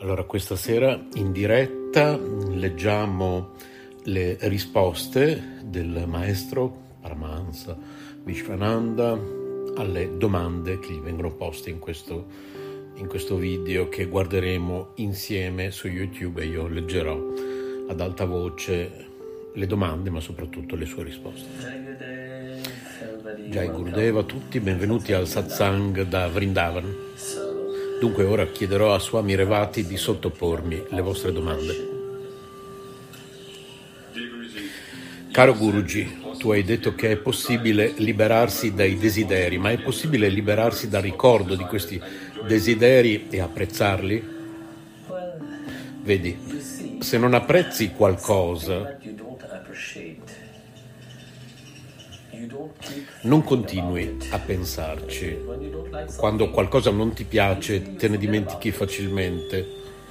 Allora, questa sera in diretta leggiamo le risposte del maestro Paramahansa Vishwananda alle domande che gli vengono poste in questo video che guarderemo insieme su YouTube, e io leggerò ad alta voce le domande ma soprattutto le sue risposte. Jai Gurudeva a tutti, benvenuti al satsang da Vrindavan. Dunque ora chiederò a Swami Revati di sottopormi le vostre domande. Caro Guruji, tu hai detto che è possibile liberarsi dai desideri, ma è possibile liberarsi dal ricordo di questi desideri e apprezzarli? Vedi, se non apprezzi qualcosa, non continui a pensarci. Quando qualcosa non ti piace, te ne dimentichi facilmente.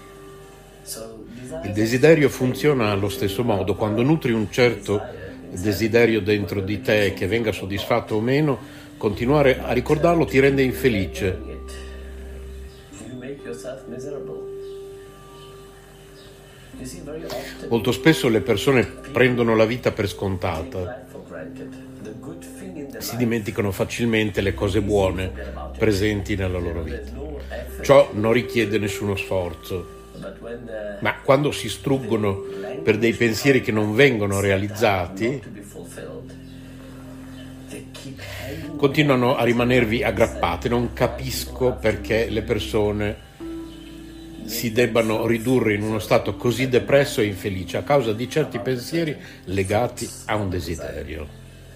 Il desiderio funziona allo stesso modo. Quando nutri un certo desiderio dentro di te, che venga soddisfatto o meno, continuare a ricordarlo ti rende infelice. Molto spesso le persone prendono la vita per scontata. Si dimenticano facilmente le cose buone presenti nella loro vita. Ciò non richiede nessuno sforzo. Ma quando si struggono per dei pensieri che non vengono realizzati, continuano a rimanervi aggrappate. Non capisco perché le persone si debbano ridurre in uno stato così depresso e infelice a causa di certi pensieri legati a un desiderio.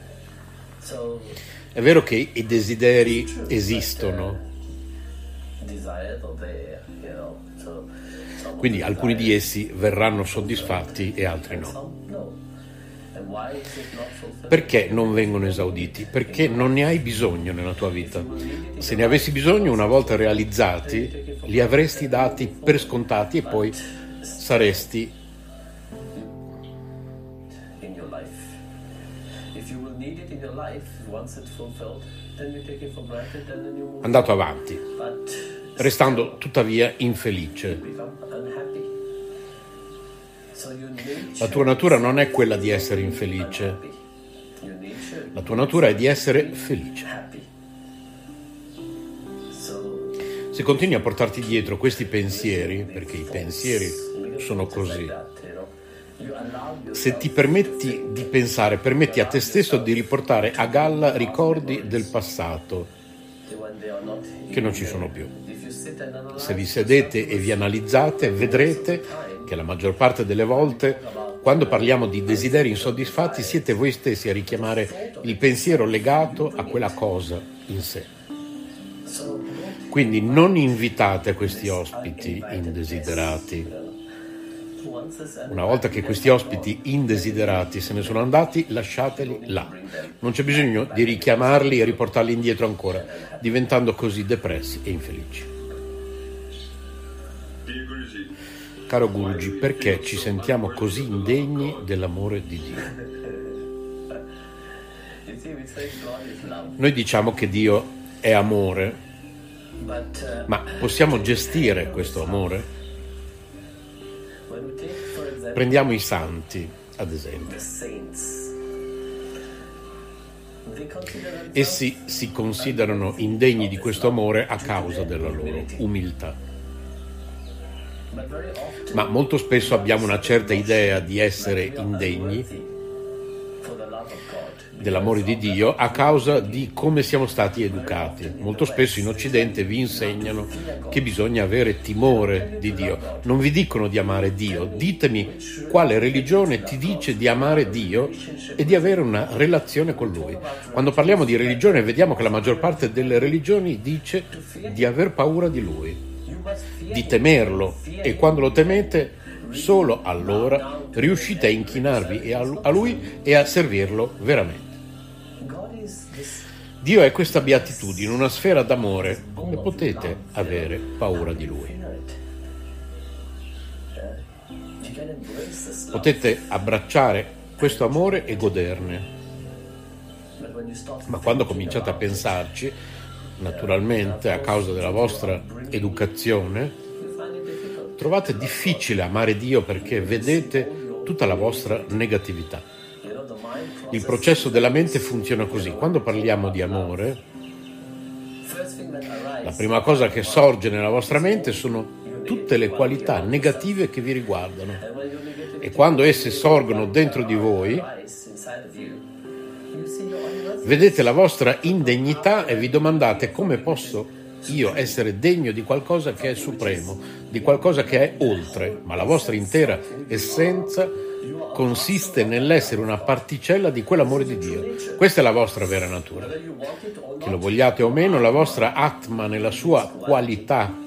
È vero che i desideri esistono, quindi alcuni di essi verranno soddisfatti e altri no. Perché non vengono esauditi? Perché non ne hai bisogno nella tua vita. Se ne avessi bisogno, una volta realizzati, li avresti dati per scontati e poi saresti andato avanti, restando tuttavia infelice. La tua natura non è quella di essere infelice, la tua natura è di essere felice. Se continui a portarti dietro questi pensieri, perché i pensieri sono così, se ti permetti di pensare, permetti a te stesso di riportare a galla ricordi del passato che non ci sono più. Se vi sedete e vi analizzate, vedrete che la maggior parte delle volte, quando parliamo di desideri insoddisfatti, siete voi stessi a richiamare il pensiero legato a quella cosa in sé. Quindi non invitate questi ospiti indesiderati. Una volta che questi ospiti indesiderati se ne sono andati, lasciateli là. Non c'è bisogno di richiamarli e riportarli indietro ancora, diventando così depressi e infelici. Caro Guruji, perché ci sentiamo così indegni dell'amore di Dio? Noi diciamo che Dio è amore, ma possiamo gestire questo amore? Prendiamo i santi, ad esempio. Essi si considerano indegni di questo amore a causa della loro umiltà. Ma molto spesso abbiamo una certa idea di essere indegni dell'amore di Dio a causa di come siamo stati educati. Molto spesso in Occidente vi insegnano che bisogna avere timore di Dio. Non vi dicono di amare Dio, ditemi quale religione ti dice di amare Dio e di avere una relazione con Lui. Quando parliamo di religione vediamo che la maggior parte delle religioni dice di aver paura di Lui, di temerlo, e quando lo temete solo allora riuscite a inchinarvi a Lui e a servirlo veramente. Dio è questa beatitudine, una sfera d'amore. Come potete avere paura di Lui? Potete abbracciare questo amore e goderne. Ma quando cominciate a pensarci, naturalmente a causa della vostra educazione, trovate difficile amare Dio perché vedete tutta la vostra negatività. Il processo della mente funziona così. Quando parliamo di amore, la prima cosa che sorge nella vostra mente sono tutte le qualità negative che vi riguardano. E quando esse sorgono dentro di voi, vedete la vostra indegnità e vi domandate: come posso io essere degno di qualcosa che è supremo, di qualcosa che è oltre? Ma la vostra intera essenza consiste nell'essere una particella di quell'amore di Dio. Questa è la vostra vera natura. Che lo vogliate o meno, la vostra Atma nella sua qualità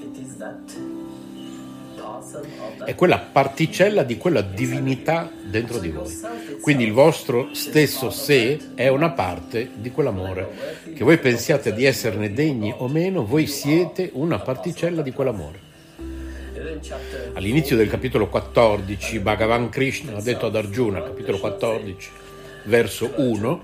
è quella particella di quella divinità dentro di voi. Quindi il vostro stesso sé è una parte di quell'amore. Che voi pensiate di esserne degni o meno, voi siete una particella di quell'amore. All'inizio del capitolo 14, Bhagavan Krishna ha detto ad Arjuna, capitolo 14, verso 1,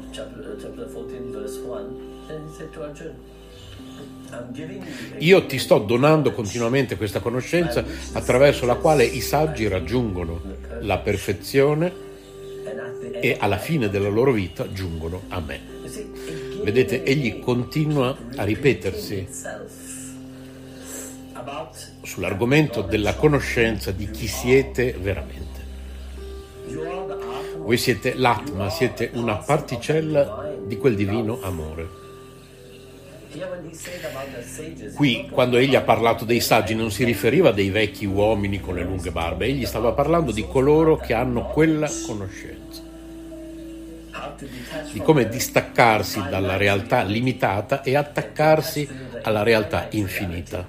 io ti sto donando continuamente questa conoscenza attraverso la quale i saggi raggiungono la perfezione e alla fine della loro vita giungono a me. Vedete, egli continua a ripetersi sull'argomento della conoscenza di chi siete veramente. Voi siete l'Atma, siete una particella di quel divino amore. Qui, quando egli ha parlato dei saggi, non si riferiva a dei vecchi uomini con le lunghe barbe, egli stava parlando di coloro che hanno quella conoscenza, di come distaccarsi dalla realtà limitata e attaccarsi alla realtà infinita.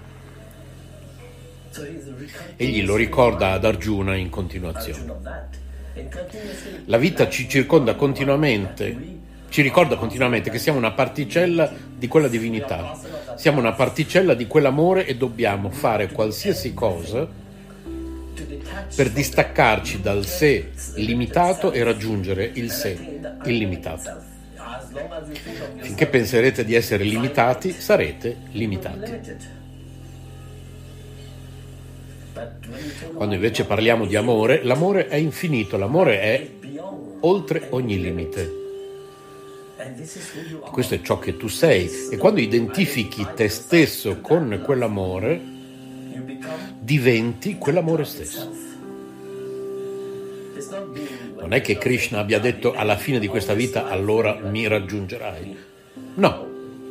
Egli lo ricorda ad Arjuna in continuazione. La vita ci circonda continuamente, ci ricorda continuamente che siamo una particella di quella divinità, siamo una particella di quell'amore e dobbiamo fare qualsiasi cosa per distaccarci dal sé limitato e raggiungere il sé illimitato. Finché penserete di essere limitati, sarete limitati. Quando invece parliamo di amore, l'amore è infinito, l'amore è oltre ogni limite. Questo è ciò che tu sei, e quando identifichi te stesso con quell'amore, diventi quell'amore stesso. Non è che Krishna abbia detto alla fine di questa vita allora mi raggiungerai. No.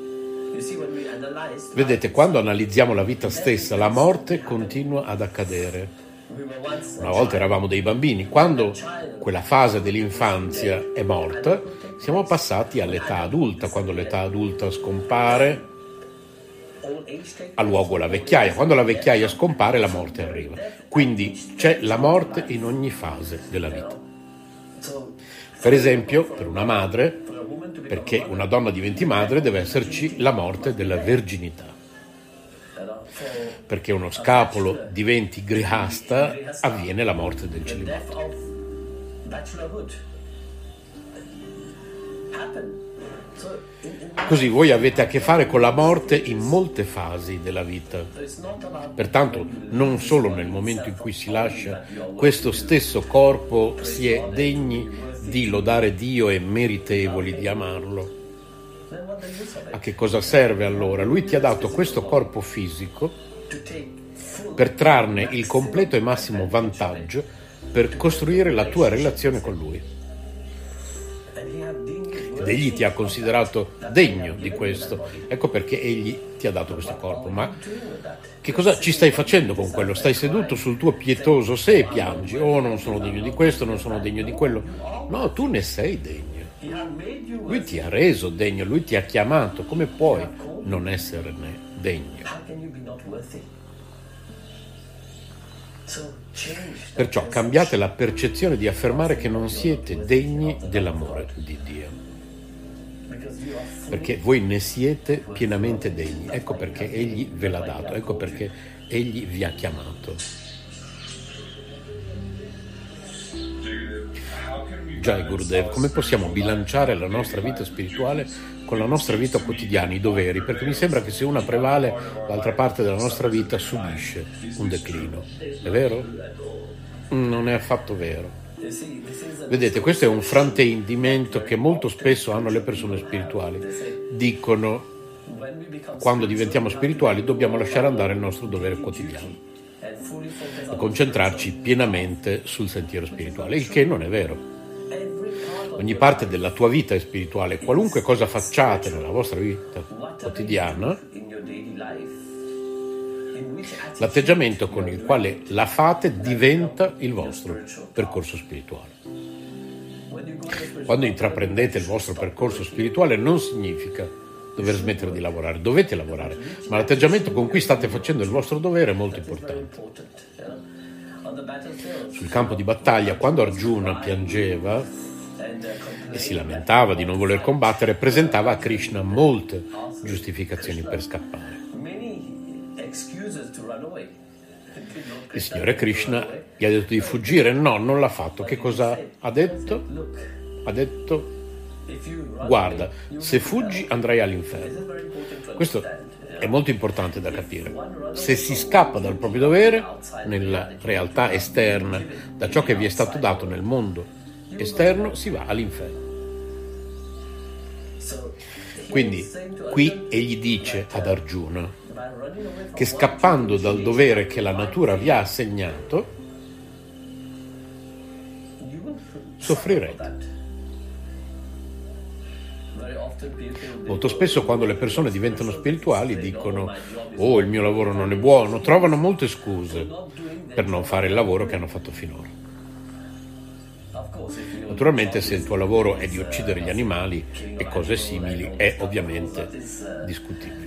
Vedete, quando analizziamo la vita stessa, la morte continua ad accadere. Una volta eravamo dei bambini, quando quella fase dell'infanzia è morta, siamo passati all'età adulta. Quando l'età adulta scompare, ha luogo la vecchiaia. Quando la vecchiaia scompare, la morte arriva. Quindi c'è la morte in ogni fase della vita. Per esempio, per una madre, perché una donna diventi madre, deve esserci la morte della verginità. Perché uno scapolo diventi grihasta, avviene la morte del celibato. Così voi avete a che fare con la morte in molte fasi della vita. Pertanto, non solo nel momento in cui si lascia questo stesso corpo si è degni di lodare Dio e meritevoli di amarlo. A che cosa serve allora? Lui ti ha dato questo corpo fisico per trarne il completo e massimo vantaggio per costruire la tua relazione con Lui. Ed egli ti ha considerato degno di questo. Ecco perché egli ti ha dato questo corpo. Ma che cosa ci stai facendo con quello? Stai seduto sul tuo pietoso sé e piangi. Oh, non sono degno di questo, non sono degno di quello. No, tu ne sei degno. Lui ti ha reso degno, lui ti ha chiamato. Come puoi non esserne degno? Perciò cambiate la percezione di affermare che non siete degni dell'amore di Dio, perché voi ne siete pienamente degni. Ecco perché egli ve l'ha dato, ecco perché egli vi ha chiamato. Jai Gurudev, come possiamo bilanciare la nostra vita spirituale con la nostra vita quotidiana, i doveri? Perché mi sembra che se una prevale, l'altra parte della nostra vita subisce un declino. È vero? Non è affatto vero. Vedete, questo è un fraintendimento che molto spesso hanno le persone spirituali. Dicono, quando diventiamo spirituali dobbiamo lasciare andare il nostro dovere quotidiano e concentrarci pienamente sul sentiero spirituale, il che non è vero. Ogni parte della tua vita è spirituale, qualunque cosa facciate nella vostra vita quotidiana, l'atteggiamento con il quale la fate diventa il vostro percorso spirituale. Quando intraprendete il vostro percorso spirituale non significa dover smettere di lavorare, dovete lavorare, ma l'atteggiamento con cui state facendo il vostro dovere è molto importante. Sul campo di battaglia, quando Arjuna piangeva e si lamentava di non voler combattere, presentava a Krishna molte giustificazioni per scappare. Il Signore Krishna gli ha detto di fuggire, no, non l'ha fatto. Che cosa ha detto? Ha detto, guarda, se fuggi andrai all'inferno. Questo è molto importante da capire. Se si scappa dal proprio dovere, nella realtà esterna, da ciò che vi è stato dato nel mondo esterno, si va all'inferno. Quindi qui egli dice ad Arjuna che scappando dal dovere che la natura vi ha assegnato, soffrirete. Molto spesso quando le persone diventano spirituali dicono oh, il mio lavoro non è buono, trovano molte scuse per non fare il lavoro che hanno fatto finora. Naturalmente se il tuo lavoro è di uccidere gli animali e cose simili è ovviamente discutibile.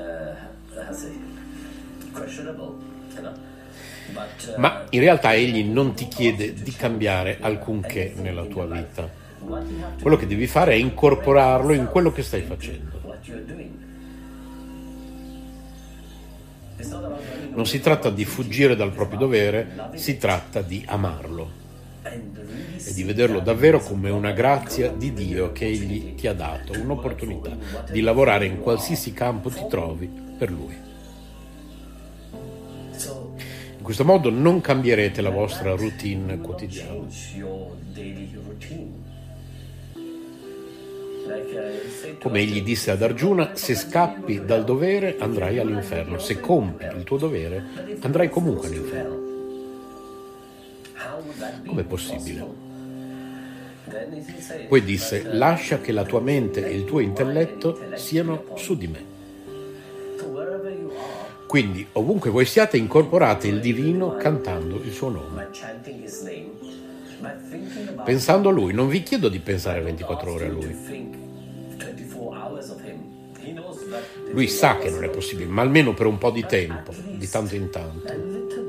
Ma in realtà egli non ti chiede di cambiare alcunché nella tua vita. Quello che devi fare è incorporarlo in quello che stai facendo. Non si tratta di fuggire dal proprio dovere, si tratta di amarlo e di vederlo davvero come una grazia di Dio che egli ti ha dato, un'opportunità di lavorare in qualsiasi campo ti trovi per lui. In questo modo non cambierete la vostra routine quotidiana. Come egli disse ad Arjuna, se scappi dal dovere andrai all'inferno, se compi il tuo dovere andrai comunque all'inferno. Com'è possibile? Poi disse, lascia che la tua mente e il tuo intelletto siano su di me. Quindi, ovunque voi siate, incorporate il divino cantando il suo nome. Pensando a lui, non vi chiedo di pensare 24 ore a lui. Lui sa che non è possibile, ma almeno per un po' di tempo, di tanto in tanto.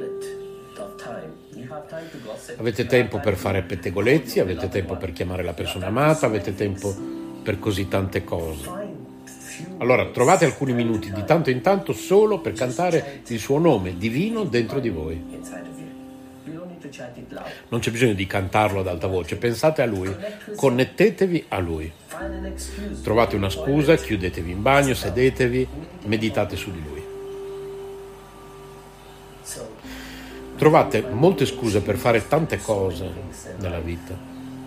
Avete tempo per fare pettegolezzi, avete tempo per chiamare la persona amata, avete tempo per così tante cose. Allora trovate alcuni minuti di tanto in tanto solo per cantare il suo nome divino dentro di voi. Non c'è bisogno di cantarlo ad alta voce, pensate a lui, connettetevi a lui. Trovate una scusa, chiudetevi in bagno, sedetevi, meditate su di lui. Trovate molte scuse per fare tante cose nella vita,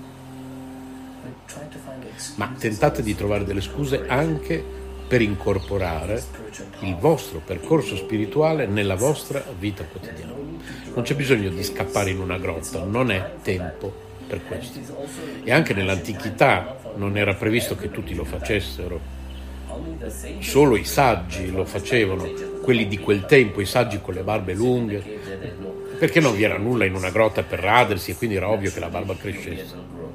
ma tentate di trovare delle scuse anche per incorporare il vostro percorso spirituale nella vostra vita quotidiana. Non c'è bisogno di scappare in una grotta, non è tempo per questo. E anche nell'antichità non era previsto che tutti lo facessero. Solo i saggi lo facevano, quelli di quel tempo, i saggi con le barbe lunghe, perché non vi era nulla in una grotta per radersi e quindi era ovvio che la barba crescesse.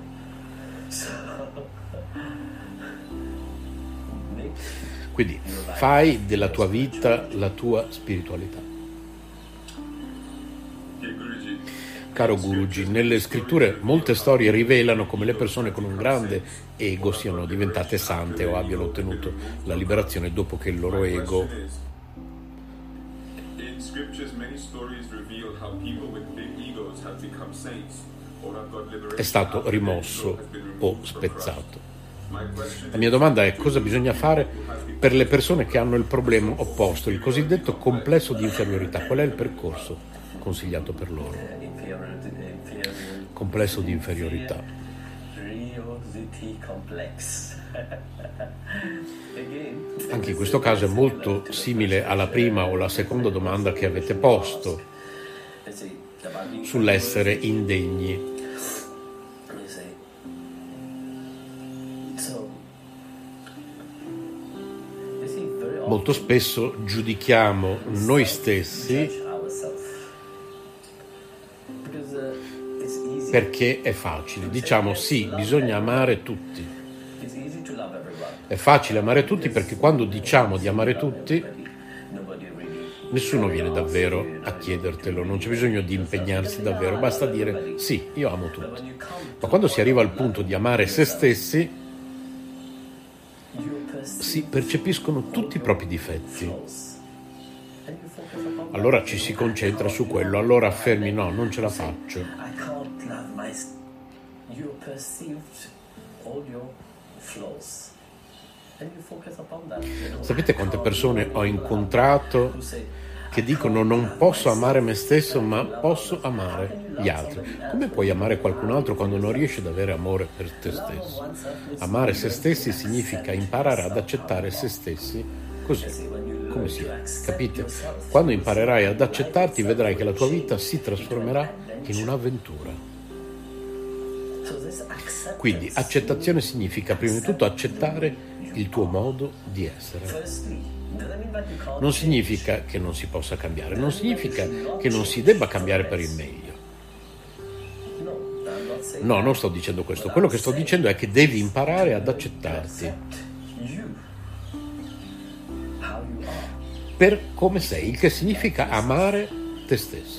Quindi fai della tua vita la tua spiritualità. Caro Guruji, nelle scritture molte storie rivelano come le persone con un grande ego siano diventate sante o abbiano ottenuto la liberazione dopo che il loro ego. In scriptures many stories reveal how people with big egos have become saints è stato rimosso o spezzato. La mia domanda è: cosa bisogna fare per le persone che hanno il problema opposto, il cosiddetto complesso di inferiorità? Qual è il percorso consigliato per loro? Complesso di inferiorità. Anche in questo caso è molto simile alla prima o la seconda domanda che avete posto sull'essere indegni. Molto spesso giudichiamo noi stessi perché è facile. Diciamo sì, bisogna amare tutti. È facile amare tutti perché quando diciamo di amare tutti, nessuno viene davvero a chiedertelo, non c'è bisogno di impegnarsi davvero, basta dire sì, io amo tutti. Ma quando si arriva al punto di amare se stessi, si percepiscono tutti i propri difetti. Allora ci si concentra su quello, allora affermi no, non ce la faccio. Sapete quante persone ho incontrato che dicono non posso amare me stesso ma posso amare gli altri? Come puoi amare qualcun altro quando non riesci ad avere amore per te stesso? Amare se stessi significa imparare ad accettare se stessi così come si è, capite? Quando imparerai ad accettarti vedrai che la tua vita si trasformerà in un'avventura. Quindi accettazione significa prima di tutto accettare il tuo modo di essere. Non significa che non si possa cambiare, non significa che non si debba cambiare per il meglio. No, non sto dicendo questo. Quello che sto dicendo è che devi imparare ad accettarti per come sei, il che significa amare te stesso.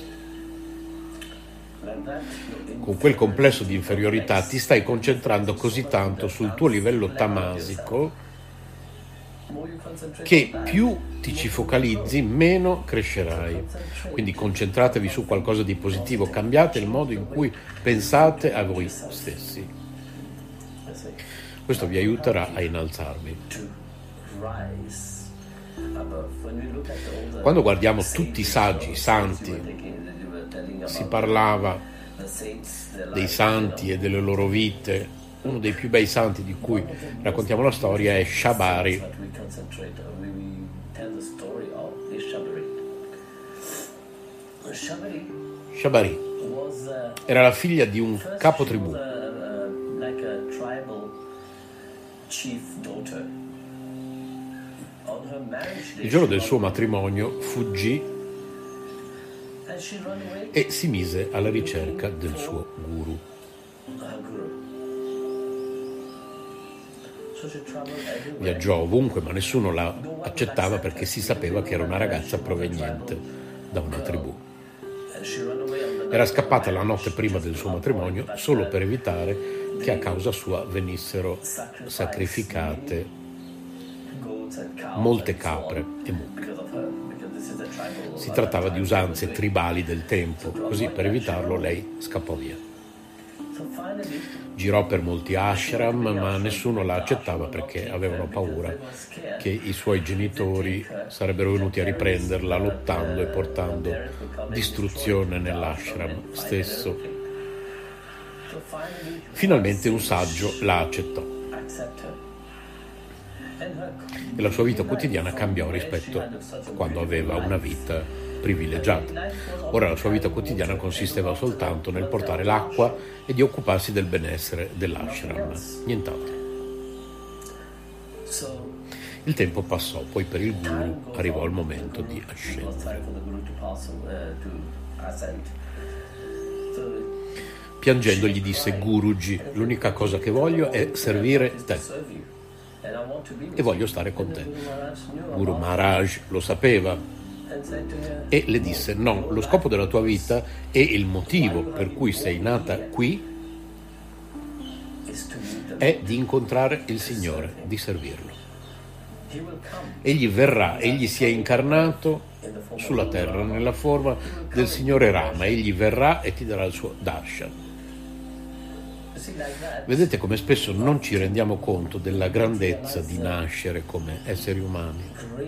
Con quel complesso di inferiorità ti stai concentrando così tanto sul tuo livello tamasico che più ti ci focalizzi, meno crescerai. Quindi concentratevi su qualcosa di positivo, cambiate il modo in cui pensate a voi stessi. Questo vi aiuterà a innalzarvi. Quando guardiamo tutti i saggi, i santi, si parlava dei santi e delle loro vite. Uno dei più bei santi di cui raccontiamo la storia è Shabari. Shabari era la figlia di un capotribù. Il giorno del suo matrimonio fuggì e si mise alla ricerca del suo guru. Viaggiò ovunque, ma nessuno la accettava perché si sapeva che era una ragazza proveniente da una tribù. Era scappata la notte prima del suo matrimonio solo per evitare che a causa sua venissero sacrificate molte capre e mucche. Si trattava di usanze tribali del tempo, così per evitarlo lei scappò via. Girò per molti ashram, ma nessuno la accettava perché avevano paura che i suoi genitori sarebbero venuti a riprenderla lottando e portando distruzione nell'ashram stesso. Finalmente un saggio la accettò e la sua vita quotidiana cambiò rispetto a quando aveva una vita privilegiata. Ora la sua vita quotidiana consisteva soltanto nel portare l'acqua e di occuparsi del benessere dell'ashram, nient'altro. Il tempo passò, poi per il guru arrivò il momento di ascendere. Piangendo gli disse: Guruji, l'unica cosa che voglio è servire te e voglio stare con te. Guru Maharaj lo sapeva e le disse: no, lo scopo della tua vita e il motivo per cui sei nata qui è di incontrare il Signore, di servirlo. Egli verrà, egli si è incarnato sulla terra nella forma del Signore Rama, egli verrà e ti darà il suo darshan. Vedete come spesso non ci rendiamo conto della grandezza di nascere come esseri umani,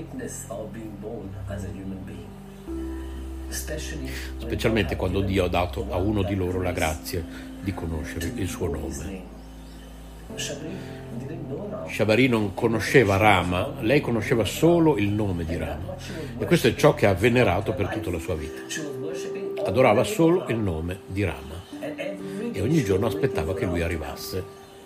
specialmente quando Dio ha dato a uno di loro la grazia di conoscere il suo nome. Shabari non conosceva Rama, lei conosceva solo il nome di Rama, e questo è ciò che ha venerato per tutta la sua vita. Adorava solo il nome di Rama e ogni giorno aspettava che lui arrivasse.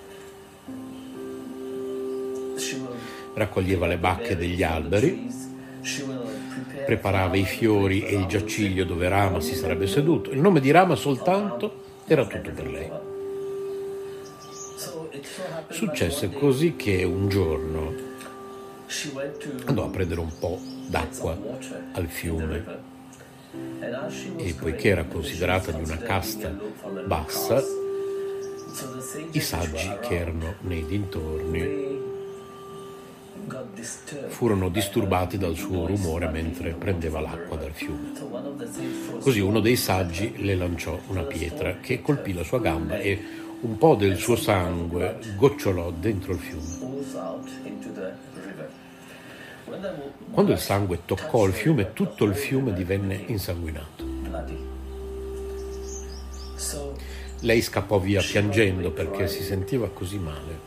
Raccoglieva le bacche degli alberi, preparava i fiori e il giaciglio dove Rama si sarebbe seduto. Il nome di Rama soltanto era tutto per lei. Successe così che un giorno andò a prendere un po' d'acqua al fiume e poiché era considerata di una casta bassa, i saggi che erano nei dintorni furono disturbati dal suo rumore mentre prendeva l'acqua dal fiume. Così uno dei saggi le lanciò una pietra che colpì la sua gamba e un po' del suo sangue gocciolò dentro il fiume. Quando il sangue toccò il fiume, tutto il fiume divenne insanguinato. Lei scappò via piangendo perché si sentiva così male.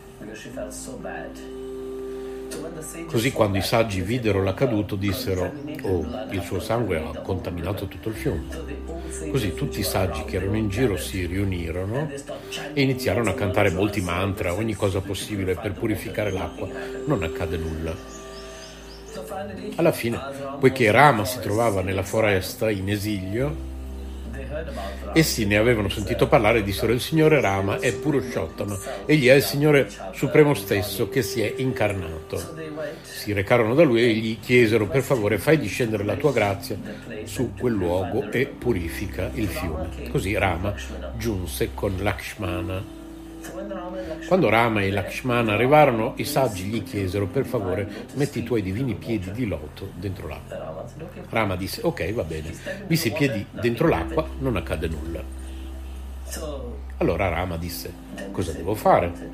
Così quando i saggi videro l'accaduto dissero: «Oh, il suo sangue ha contaminato tutto il fiume». Così tutti i saggi che erano in giro si riunirono e iniziarono a cantare molti mantra, ogni cosa possibile per purificare l'acqua. Non accade nulla. Alla fine, poiché Rama si trovava nella foresta in esilio, essi ne avevano sentito parlare e dissero: «Il Signore Rama è Purushottama, egli è il Signore Supremo stesso che si è incarnato». Si recarono da lui e gli chiesero: «Per favore, fai discendere la tua grazia su quel luogo e purifica il fiume». Così Rama giunse con Lakshmana. Quando Rama e Lakshmana arrivarono, i saggi gli chiesero: «Per favore, metti i tuoi divini piedi di loto dentro l'acqua». Rama disse: «Ok, va bene». Mise i piedi dentro l'acqua, non accade nulla. Allora Rama disse: «Cosa devo fare?»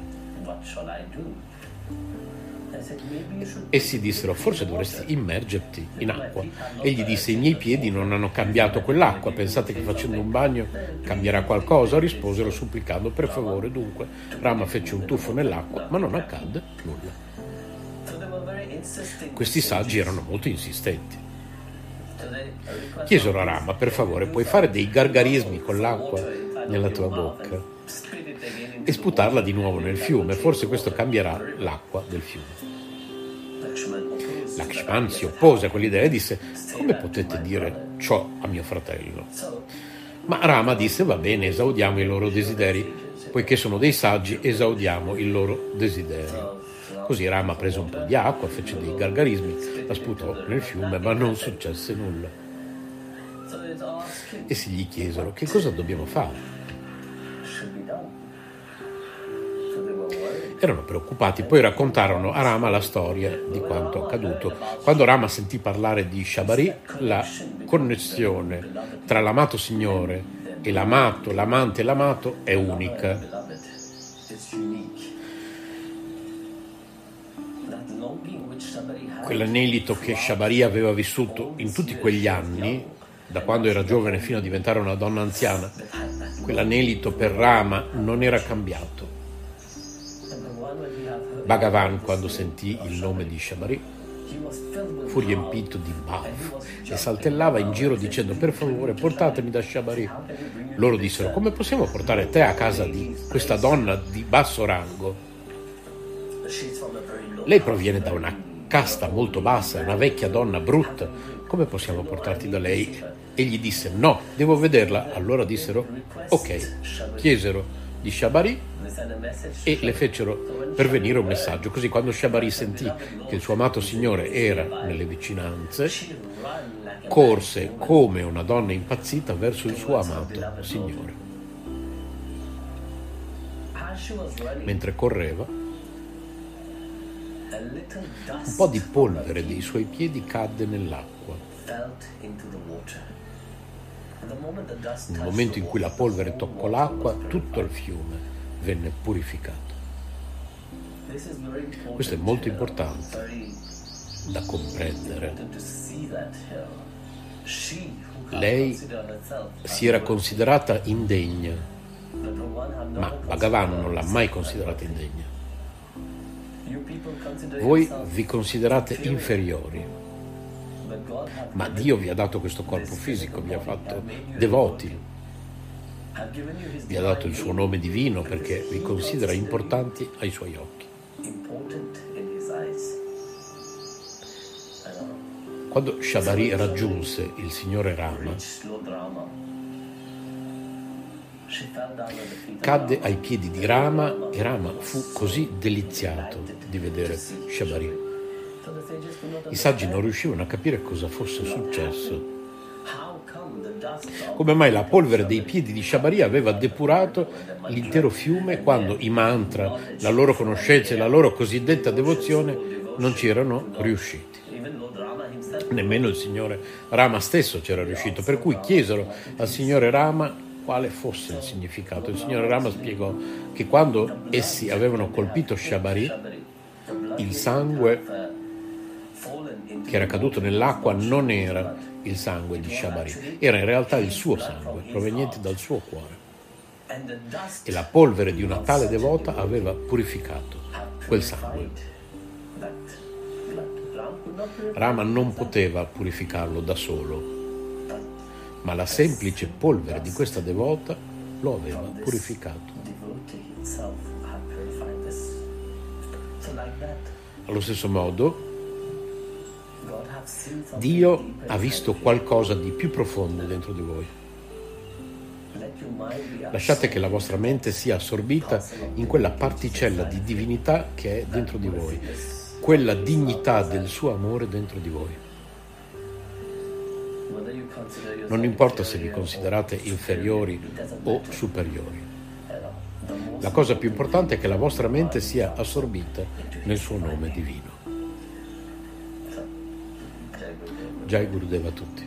Essi dissero: «Forse dovresti immergerti in acqua». Egli disse: «I miei piedi non hanno cambiato quell'acqua, pensate che facendo un bagno cambierà qualcosa?» Risposero supplicando: «Per favore». Dunque Rama fece un tuffo nell'acqua, ma non accadde nulla. Questi saggi erano molto insistenti. Chiesero a Rama: «Per favore, puoi fare dei gargarismi con l'acqua nella tua bocca e sputarla di nuovo nel fiume, forse questo cambierà l'acqua del fiume». Lakshmana si oppose a quell'idea e disse: «Come potete dire ciò a mio fratello?» Ma Rama disse: «Va bene, esaudiamo i loro desideri, poiché sono dei saggi, esaudiamo il loro desiderio». Così Rama prese un po' di acqua, fece dei gargarismi, la sputò nel fiume, ma non successe nulla. Essi gli chiesero: «Che cosa dobbiamo fare?» Erano preoccupati, poi raccontarono a Rama la storia di quanto accaduto. Quando Rama sentì parlare di Shabari, la connessione tra l'amato Signore e l'amato, l'amante e l'amato è unica. Quell'anelito che Shabari aveva vissuto in tutti quegli anni, da quando era giovane fino a diventare una donna anziana, quell'anelito per Rama non era cambiato. Bhagavan, quando sentì il nome di Shabari, fu riempito di bafo e saltellava in giro dicendo: «Per favore, portatemi da Shabari». Loro dissero: «Come possiamo portare te a casa di questa donna di basso rango? Lei proviene da una casta molto bassa, è una vecchia donna brutta, come possiamo portarti da lei?» Egli disse: «No, devo vederla». Allora dissero: «Ok». Chiesero di Shabari e le fecero pervenire un messaggio. Così quando Shabari sentì che il suo amato Signore era nelle vicinanze, corse come una donna impazzita verso il suo amato Signore. Mentre correva, un po' di polvere dei suoi piedi cadde nell'acqua. Nel momento in cui la polvere toccò l'acqua, tutto il fiume venne purificato. Questo è molto importante da comprendere. Lei si era considerata indegna, ma Bhagavan non l'ha mai considerata indegna. Voi vi considerate inferiori, ma Dio vi ha dato questo corpo fisico, vi ha fatto devoti, vi ha dato il suo nome divino perché vi considera importanti ai suoi occhi. Quando Shabari raggiunse il signore Rama, cadde ai piedi di Rama e Rama fu così deliziato di vedere Shabari. I saggi non riuscivano a capire cosa fosse successo. Come mai la polvere dei piedi di Shabari aveva depurato l'intero fiume quando i mantra, la loro conoscenza e la loro cosiddetta devozione non ci erano riusciti. Nemmeno il signore Rama stesso c'era riuscito, per cui chiesero al signore Rama quale fosse il significato. Il signore Rama spiegò che quando essi avevano colpito Shabari, il sangue che era caduto nell'acqua non era il sangue di Shabari, era in realtà il suo sangue, proveniente dal suo cuore. E la polvere di una tale devota aveva purificato quel sangue. Rama non poteva purificarlo da solo, ma la semplice polvere di questa devota lo aveva purificato. Allo stesso modo, Dio ha visto qualcosa di più profondo dentro di voi. Lasciate che la vostra mente sia assorbita in quella particella di divinità che è dentro di voi, quella dignità del suo amore dentro di voi. Non importa se vi considerate inferiori o superiori. La cosa più importante è che la vostra mente sia assorbita nel suo nome divino. Jai Gurudeva a tutti.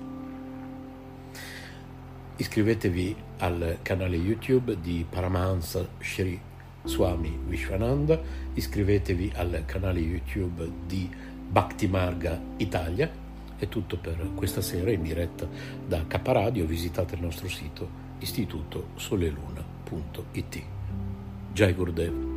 Iscrivetevi al canale YouTube di Paramahansa Shri Swami Vishwananda, iscrivetevi al canale YouTube di Bhakti Marga Italia. È tutto per questa sera in diretta da K Radio. Visitate il nostro sito istitutosoleluna.it. Jai Gurudev.